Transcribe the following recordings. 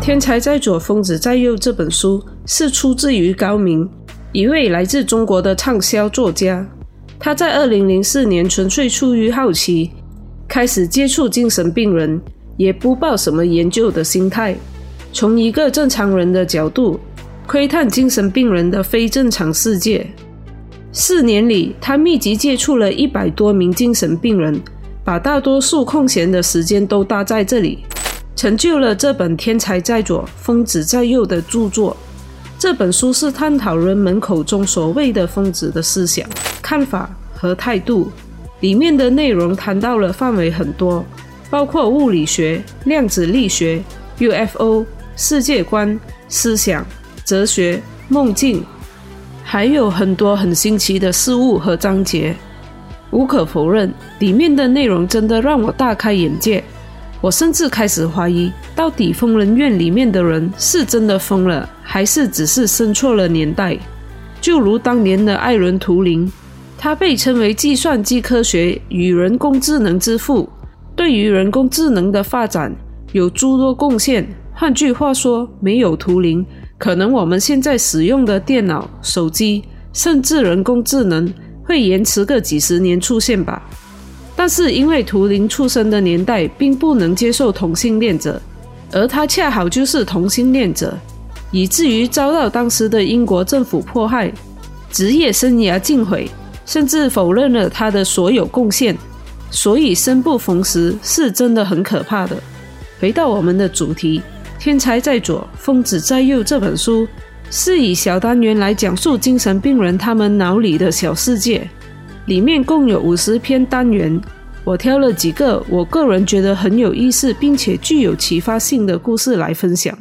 天才在左，疯子在右这本书是出自于高明，一位来自中国的畅销作家。他在2004年纯粹出于好奇，开始接触精神病人，也不抱什么研究的心态，从一个正常人的角度窥探精神病人的非正常世界。4年里，他密集接触了100多名精神病人，把大多数空闲的时间都搭在这里，成就了这本天才在左，疯子在右的著作。这本书是探讨人们口中所谓的疯子的思想、看法和态度，里面的内容谈到了范围很多，包括物理学、量子力学、UFO、世界观、思想、哲学、梦境，还有很多很新奇的事物和章节。无可否认，里面的内容真的让我大开眼界。我甚至开始怀疑，到底疯人院里面的人是真的疯了，还是只是生错了年代。就如当年的艾伦·图灵，他被称为计算机科学与人工智能之父，对于人工智能的发展有诸多贡献。换句话说，没有图灵，可能我们现在使用的电脑、手机，甚至人工智能会延迟个几十年出现吧。但是因为图灵出生的年代并不能接受同性恋者，而他恰好就是同性恋者，以至于遭到当时的英国政府迫害，职业生涯尽毁，甚至否认了他的所有贡献。所以生不逢时是真的很可怕的。回到我们的主题，天才在左，疯子在右这本书是以小单元来讲述精神病人他们脑里的小世界，里面共有50篇单元，我挑了几个我个人觉得很有意思并且具有启发性的故事来分享。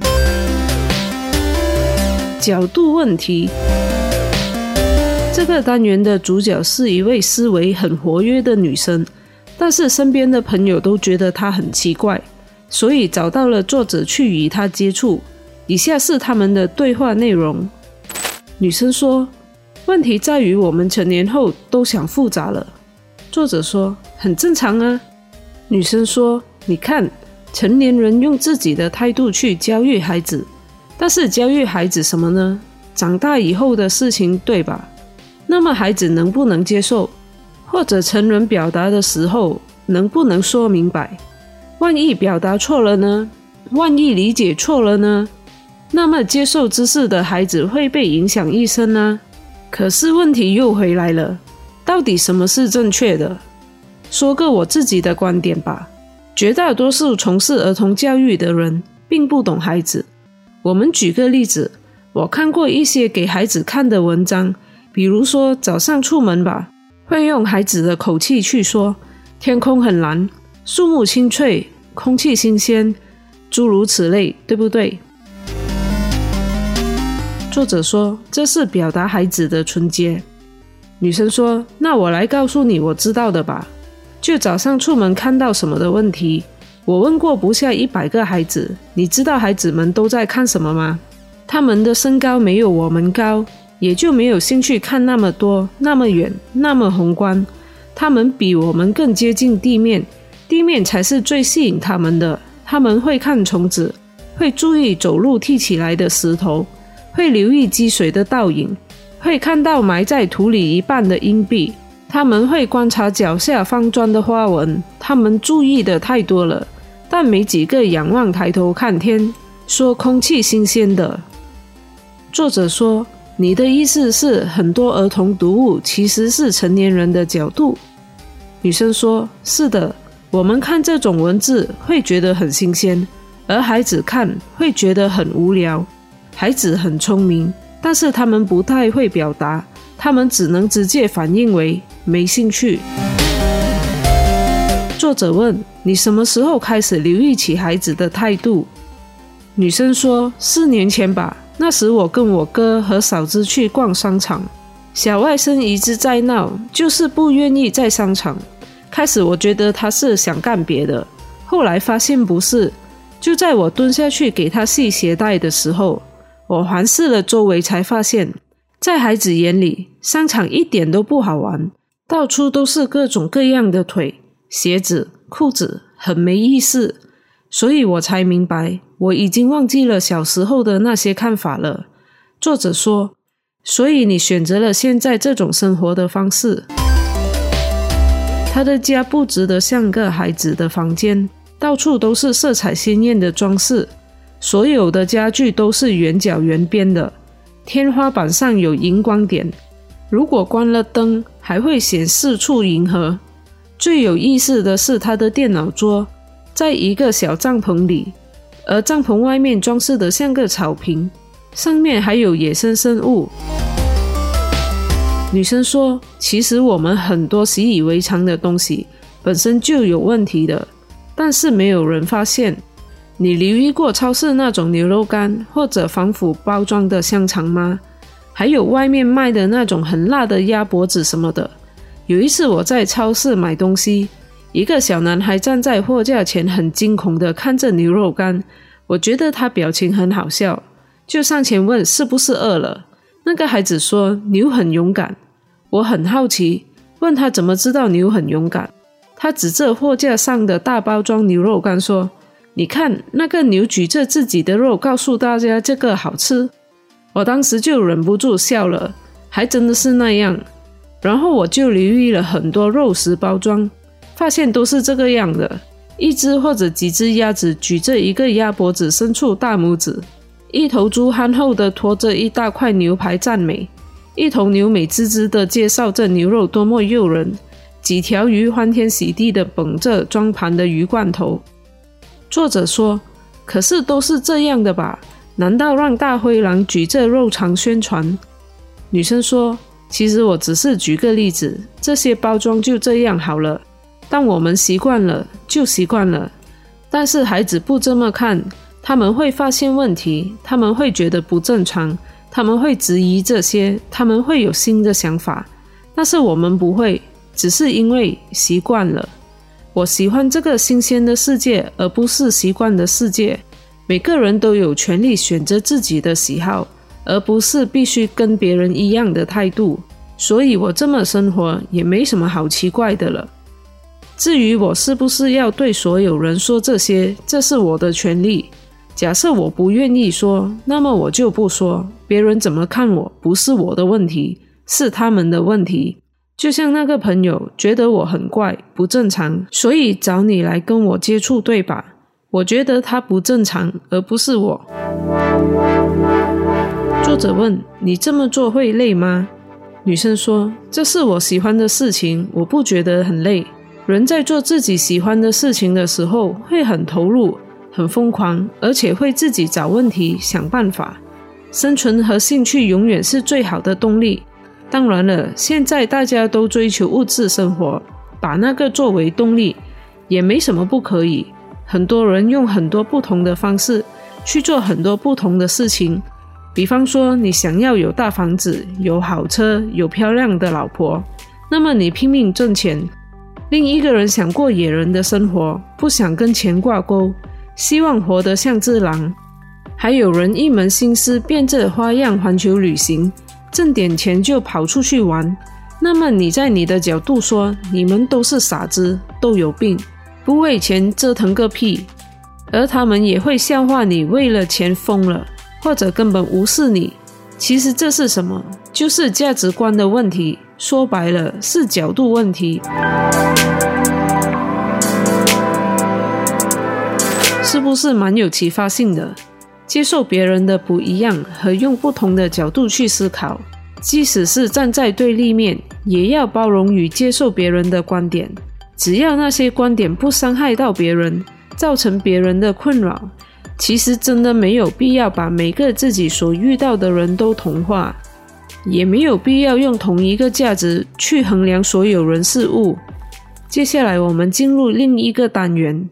角度问题。这个单元的主角是一位思维很活跃的女生，但是身边的朋友都觉得她很奇怪，所以找到了作者去与她接触。以下是他们的对话内容。女生说，问题在于我们成年后都想复杂了。作者说，很正常啊。女生说，你看，成年人用自己的态度去教育孩子，但是教育孩子什么呢？长大以后的事情，对吧？那么孩子能不能接受？或者成人表达的时候能不能说明白？万一表达错了呢？万一理解错了呢？那么接受知识的孩子会被影响一生呢？可是问题又回来了，到底什么是正确的？说个我自己的观点吧，绝大多数从事儿童教育的人并不懂孩子。我们举个例子，我看过一些给孩子看的文章，比如说早上出门吧，会用孩子的口气去说天空很蓝，树木青翠，空气新鲜，诸如此类，对不对？作者说，这是表达孩子的纯洁。女生说，那我来告诉你我知道的吧。就早上出门看到什么的问题，我问过不下100个孩子，你知道孩子们都在看什么吗？他们的身高没有我们高，也就没有兴趣看那么多、那么远、那么宏观。他们比我们更接近地面，地面才是最吸引他们的。他们会看虫子，会注意走路踢起来的石头，会留意积水的倒影，会看到埋在土里一半的硬币。他们会观察脚下方砖的花纹，他们注意的太多了，但没几个仰望抬头看天，说空气新鲜的。作者说，你的意思是很多儿童读物其实是成年人的角度？女生说，是的，我们看这种文字会觉得很新鲜，而孩子看会觉得很无聊。孩子很聪明，但是他们不太会表达，他们只能直接反应为没兴趣。作者问，你什么时候开始留意起孩子的态度？女生说，4年前吧，那时我跟我哥和嫂子去逛商场，小外甥一直在闹，就是不愿意在商场。开始我觉得他是想干别的，后来发现不是。就在我蹲下去给他系鞋带的时候，我环视了周围，才发现在孩子眼里，商场一点都不好玩，到处都是各种各样的腿、鞋子、裤子，很没意思。 所以我才明白，我已经忘记了小时候的那些看法了。作者说，所以你选择了现在这种生活的方式。他的家布置得像个孩子的房间，到处都是色彩鲜艳的装饰，所有的家具都是圆角圆边的，天花板上有荧光点，如果关了灯还会显四处银河。最有意思的是他的电脑桌在一个小帐篷里，而帐篷外面装饰得像个草坪，上面还有野生生物。女生说，其实我们很多习以为常的东西本身就有问题的，但是没有人发现。你留意过超市那种牛肉干或者防腐包装的香肠吗？还有外面卖的那种很辣的鸭脖子什么的。有一次我在超市买东西，一个小男孩站在货架前很惊恐地看着牛肉干，我觉得他表情很好笑，就上前问是不是饿了。那个孩子说牛很勇敢。我很好奇，问他怎么知道牛很勇敢。他指着货架上的大包装牛肉干说，你看那个牛举着自己的肉告诉大家这个好吃。我当时就忍不住笑了，还真的是那样。然后我就留意了很多肉食包装，发现都是这个样的，一只或者几只鸭子举着一个鸭脖子伸出大拇指，一头猪憨厚地拖着一大块牛排赞美，一头牛美滋滋地介绍这牛肉多么诱人，几条鱼欢天喜地地捧着装盘的鱼罐头。作者说，可是都是这样的吧？难道让大灰狼举着肉肠宣传？女生说，其实我只是举个例子，这些包装就这样好了，当我们习惯了就习惯了。但是孩子不这么看，他们会发现问题，他们会觉得不正常，他们会质疑这些，他们会有新的想法。但是我们不会，只是因为习惯了。我喜欢这个新鲜的世界，而不是习惯的世界。每个人都有权利选择自己的喜好，而不是必须跟别人一样的态度。所以我这么生活也没什么好奇怪的了。至于我是不是要对所有人说这些，这是我的权利。假设我不愿意说，那么我就不说，别人怎么看我不是我的问题，是他们的问题。就像那个朋友觉得我很怪，不正常，所以找你来跟我接触，对吧？我觉得他不正常，而不是我。作者问，你这么做会累吗？女生说，这是我喜欢的事情，我不觉得很累。人在做自己喜欢的事情的时候，会很投入，很疯狂，而且会自己找问题，想办法。生存和兴趣永远是最好的动力。当然了，现在大家都追求物质生活，把那个作为动力，也没什么不可以。很多人用很多不同的方式去做很多不同的事情。比方说，你想要有大房子，有好车，有漂亮的老婆，那么你拼命挣钱。另一个人想过野人的生活，不想跟钱挂钩，希望活得像只狼。还有人一门心思变着花样环球旅行，挣点钱就跑出去玩。那么你在你的角度说，你们都是傻子，都有病，不为钱折腾个屁。而他们也会笑话你为了钱疯了，或者根本无视你。其实这是什么？就是价值观的问题，说白了是角度问题。是不是蛮有启发性的？接受别人的不一样和用不同的角度去思考，即使是站在对立面，也要包容与接受别人的观点。只要那些观点不伤害到别人，造成别人的困扰，其实真的没有必要把每个自己所遇到的人都同化，也没有必要用同一个价值去衡量所有人事物。接下来我们进入另一个单元，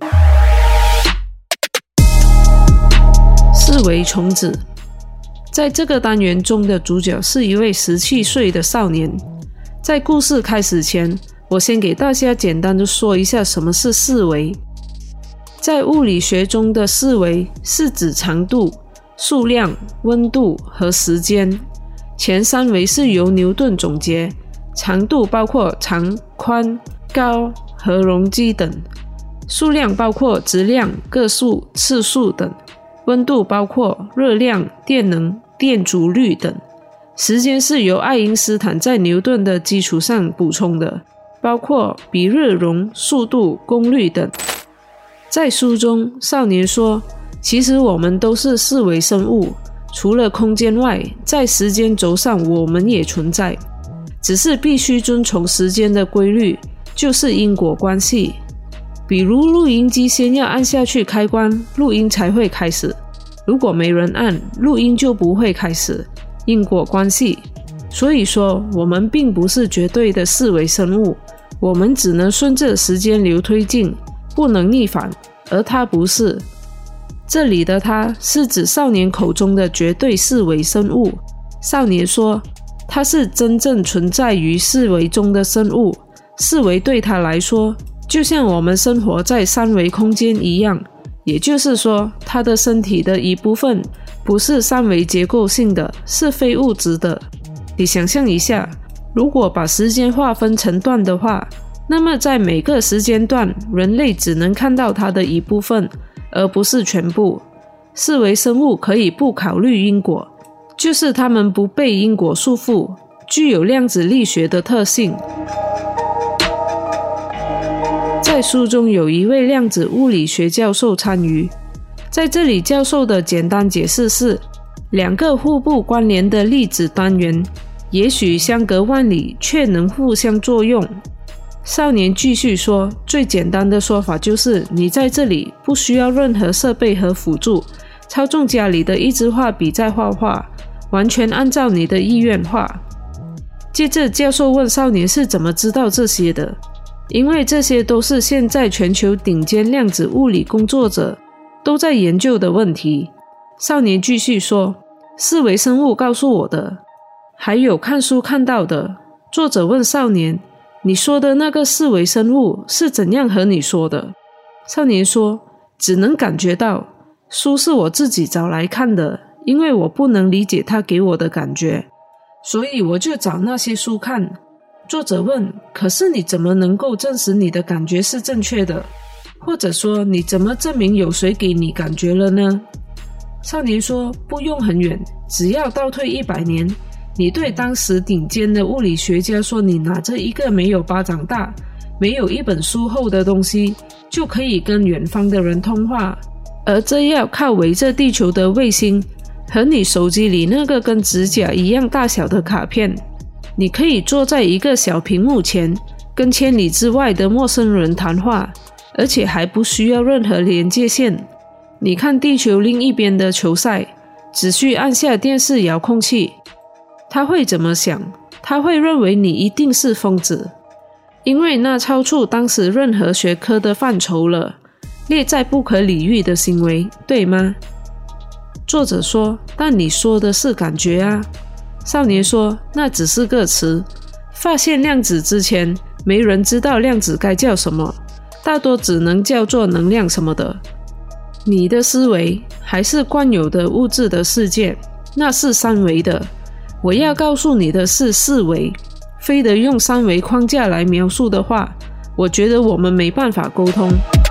四维虫子。在这个单元中的主角是一位17岁的少年。在故事开始前，我先给大家简单的说一下什么是四维。在物理学中的四维是指长度、数量、温度和时间。前三维是由牛顿总结，长度包括长、宽、高和容积等， 数量包括质量、个数、次数等，温度包括热量、电能、电阻率等，时间是由爱因斯坦在牛顿的基础上补充的，包括比热容、速度、功率等。在书中，少年说，其实我们都是四维生物，除了空间外，在时间轴上我们也存在，只是必须遵从时间的规律，就是因果关系。比如录音机先要按下去开关，录音才会开始，如果没人按，录音就不会开始，因果关系。所以说，我们并不是绝对的四维生物，我们只能顺着时间流推进，不能逆反，而他不是。这里的他是指少年口中的绝对四维生物。少年说，他是真正存在于四维中的生物，四维对他来说就像我们生活在三维空间一样，也就是说，他的身体的一部分不是三维结构性的，是非物质的。你想象一下，如果把时间划分成段的话，那么在每个时间段，人类只能看到它的一部分，而不是全部。四维生物可以不考虑因果，就是它们不被因果束缚，具有量子力学的特性。在书中有一位量子物理学教授参与，在这里教授的简单解释是，两个互不关联的粒子单元，也许相隔万里，却能互相作用。少年继续说，最简单的说法就是你在这里不需要任何设备和辅助，操纵家里的一支画笔在画画，完全按照你的意愿画。接着教授问少年是怎么知道这些的，因为这些都是现在全球顶尖量子物理工作者都在研究的问题。少年继续说，四维生物告诉我的，还有看书看到的。作者问少年，你说的那个四维生物是怎样和你说的？少年说，只能感觉到，书是我自己找来看的，因为我不能理解他给我的感觉，所以我就找那些书看。作者问，可是你怎么能够证实你的感觉是正确的？或者说，你怎么证明有谁给你感觉了呢？少年说，不用很远，只要倒退100年，你对当时顶尖的物理学家说，你拿着一个没有巴掌大、没有一本书厚的东西，就可以跟远方的人通话，而这要靠围着地球的卫星和你手机里那个跟指甲一样大小的卡片。你可以坐在一个小屏幕前，跟千里之外的陌生人谈话，而且还不需要任何连接线。你看地球另一边的球赛，只需按下电视遥控器。他会怎么想？他会认为你一定是疯子，因为那超出当时任何学科的范畴了，列在不可理喻的行为，对吗？作者说，但你说的是感觉啊。少年说，那只是个词，发现量子之前，没人知道量子该叫什么，大多只能叫做能量什么的。你的思维还是惯有的物质的世界，那是三维的。我要告诉你的是四维，非得用三维框架来描述的话，我觉得我们没办法沟通。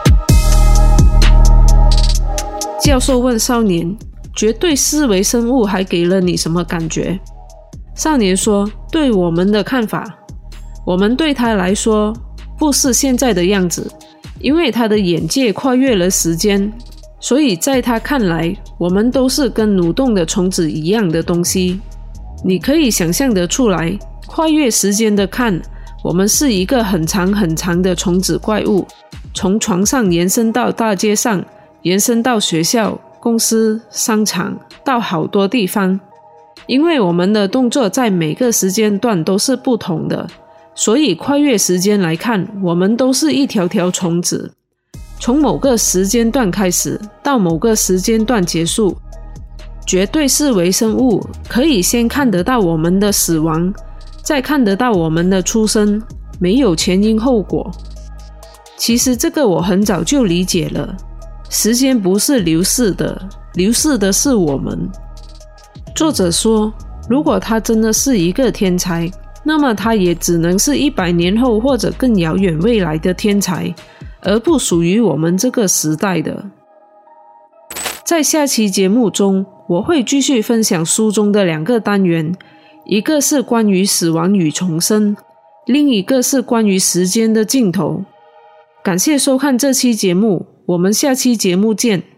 教授问少年，绝对四维生物还给了你什么感觉？少年说，对我们的看法，我们对他来说不是现在的样子，因为他的眼界跨越了时间，所以在他看来，我们都是跟蠕动的虫子一样的东西。你可以想象得出来，跨越时间的看，我们是一个很长很长的虫子怪物，从床上延伸到大街上，延伸到学校、公司、商场，到好多地方。因为我们的动作在每个时间段都是不同的，所以跨越时间来看，我们都是一条条虫子，从某个时间段开始，到某个时间段结束。绝对四维生物可以先看得到我们的死亡，再看得到我们的出生，没有前因后果。其实这个我很早就理解了，时间不是流逝的，流逝的是我们。作者说，如果他真的是一个天才，那么他也只能是100年后或者更遥远未来的天才， 而不属于我们这个时代的。在下期节目中，我会继续分享书中的2个单元，一个是关于死亡与重生，另一个是关于时间的尽头。感谢收看这期节目，我们下期节目见。